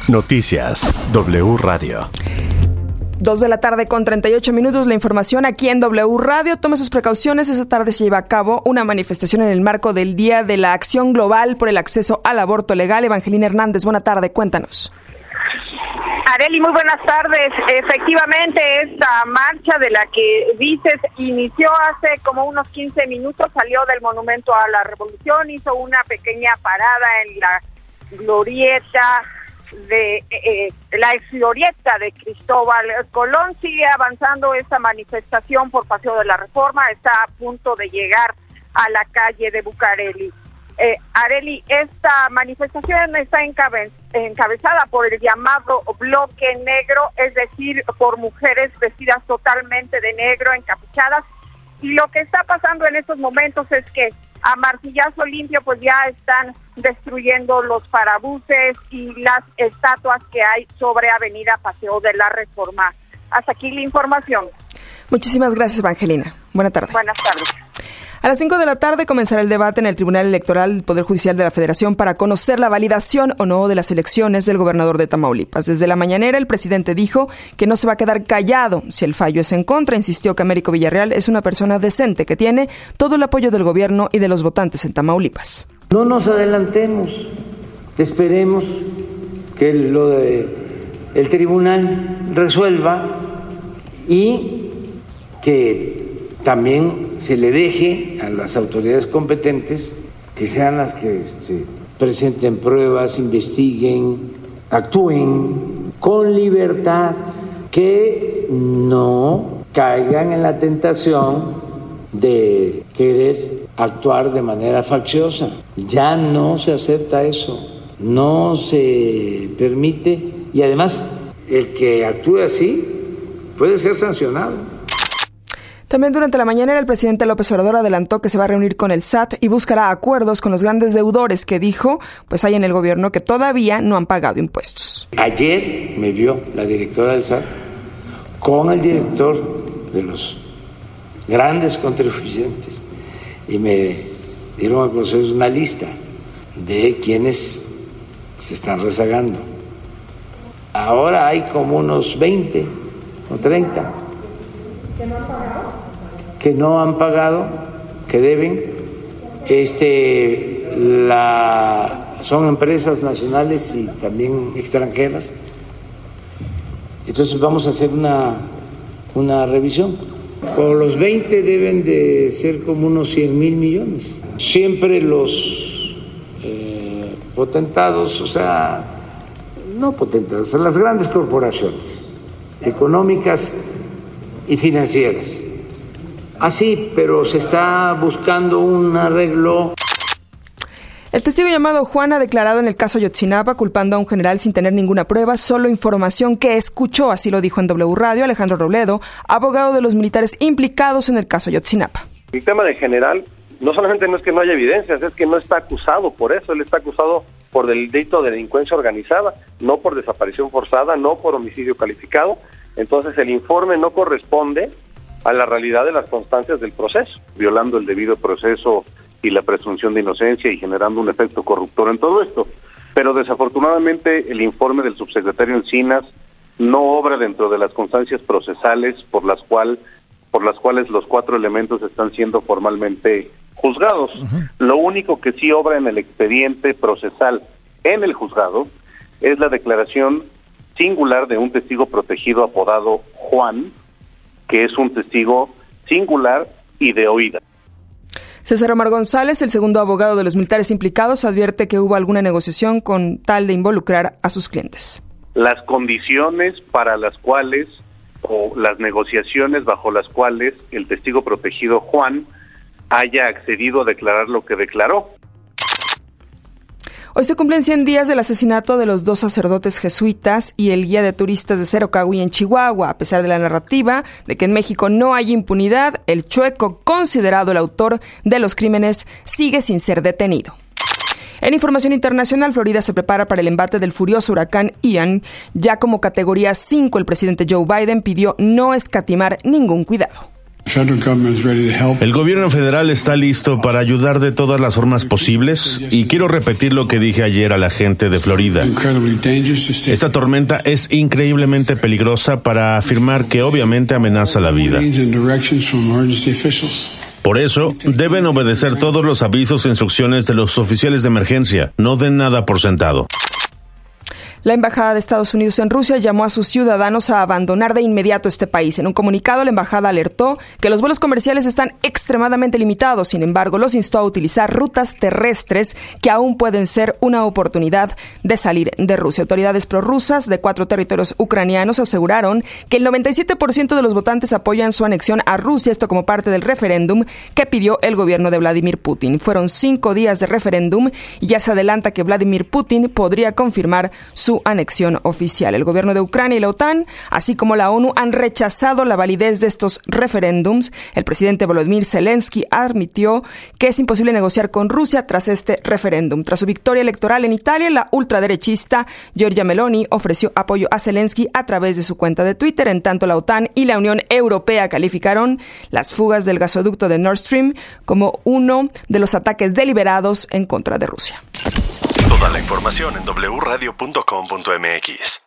Noticias W Radio. 2:38 p.m. La información aquí en W Radio. Tome sus precauciones. Esta tarde se lleva a cabo una manifestación en el marco del Día de la Acción Global por el Acceso al Aborto Legal. Evangelina Hernández, buena tarde, cuéntanos. Arely, muy buenas tardes. Efectivamente, esta marcha de la que dices inició hace como unos 15 minutos, salió del Monumento a la Revolución, hizo una pequeña parada en la glorieta de la ex glorieta de Cristóbal Colón. Sigue avanzando esta manifestación por Paseo de la Reforma, está a punto de llegar a la calle de Bucareli. Arely, esta manifestación está encabezada por el llamado Bloque Negro, es decir, por mujeres vestidas totalmente de negro, encapuchadas, y lo que está pasando en estos momentos es que a martillazo limpio pues ya están destruyendo los parabuses y las estatuas que hay sobre Avenida Paseo de la Reforma. Hasta aquí la información. Muchísimas gracias, Evangelina. Buenas tardes. Buenas tardes. A las 5 de la tarde comenzará el debate en el Tribunal Electoral del Poder Judicial de la Federación para conocer la validación o no de las elecciones del gobernador de Tamaulipas. Desde la mañanera, el presidente dijo que no se va a quedar callado si el fallo es en contra. Insistió que Américo Villarreal es una persona decente que tiene todo el apoyo del gobierno y de los votantes en Tamaulipas. No nos adelantemos, esperemos que el tribunal resuelva y que también se le deje a las autoridades competentes que sean las que presenten pruebas, investiguen, actúen con libertad, que no caigan en la tentación de querer actuar de manera facciosa. Ya no se acepta eso, no se permite, y además el que actúe así puede ser sancionado. También durante la mañana el presidente López Obrador adelantó que se va a reunir con el SAT y buscará acuerdos con los grandes deudores que dijo pues hay en el gobierno que todavía no han pagado impuestos. Ayer me vio la directora del SAT con el director de los grandes contribuyentes y me dieron a conocer una lista de quienes se están rezagando. Ahora hay como unos 20 o 30 que no han pagado, que deben. Son empresas nacionales y también extranjeras. Entonces vamos a hacer una revisión. Por los 20 deben de ser como unos 100,000 millones. Siempre los potentados, las grandes corporaciones económicas y financieras. Así, pero se está buscando un arreglo. El testigo llamado Juan ha declarado en el caso Ayotzinapa culpando a un general sin tener ninguna prueba, solo información que escuchó, así lo dijo en W Radio Alejandro Robledo, abogado de los militares implicados en el caso Ayotzinapa. El tema de general no solamente no es que no haya evidencias, es que no está acusado por eso, él está acusado por el delito de delincuencia organizada, no por desaparición forzada, no por homicidio calificado. Entonces el informe no corresponde a la realidad de las constancias del proceso, violando el debido proceso y la presunción de inocencia y generando un efecto corruptor en todo esto. Pero desafortunadamente el informe del subsecretario Encinas no obra dentro de las constancias procesales por las cuales los 4 elementos están siendo formalmente juzgados. Lo único que sí obra en el expediente procesal en el juzgado es la declaración singular de un testigo protegido apodado Juan, que es un testigo singular y de oída. César Omar González, el segundo abogado de los militares implicados, advierte que hubo alguna negociación con tal de involucrar a sus clientes. Las condiciones para las cuales, o las negociaciones bajo las cuales el testigo protegido Juan haya accedido a declarar lo que declaró. Hoy se cumplen 100 días del asesinato de los 2 sacerdotes jesuitas y el guía de turistas de Cerro Cahuí en Chihuahua. A pesar de la narrativa de que en México no hay impunidad, el chueco, considerado el autor de los crímenes, sigue sin ser detenido. En información internacional, Florida se prepara para el embate del furioso huracán Ian. Ya como categoría 5, el presidente Joe Biden pidió no escatimar ningún cuidado. El gobierno federal está listo para ayudar de todas las formas posibles y quiero repetir lo que dije ayer a la gente de Florida. Esta tormenta es increíblemente peligrosa para afirmar que obviamente amenaza la vida. Por eso, deben obedecer todos los avisos e instrucciones de los oficiales de emergencia. No den nada por sentado. La Embajada de Estados Unidos en Rusia llamó a sus ciudadanos a abandonar de inmediato este país. En un comunicado, la embajada alertó que los vuelos comerciales están extremadamente limitados. Sin embargo, los instó a utilizar rutas terrestres que aún pueden ser una oportunidad de salir de Rusia. Autoridades prorrusas de 4 territorios ucranianos aseguraron que el 97% de los votantes apoyan su anexión a Rusia, esto como parte del referéndum que pidió el gobierno de Vladimir Putin. Fueron 5 días de referéndum y ya se adelanta que Vladimir Putin podría confirmar su anexión oficial. El gobierno de Ucrania y la OTAN, así como la ONU, han rechazado la validez de estos referéndums. El presidente Volodymyr Zelensky admitió que es imposible negociar con Rusia tras este referéndum. Tras su victoria electoral en Italia, la ultraderechista Giorgia Meloni ofreció apoyo a Zelensky a través de su cuenta de Twitter. En tanto, la OTAN y la Unión Europea calificaron las fugas del gasoducto de Nord Stream como uno de los ataques deliberados en contra de Rusia. Toda la información en wradio.com.mx.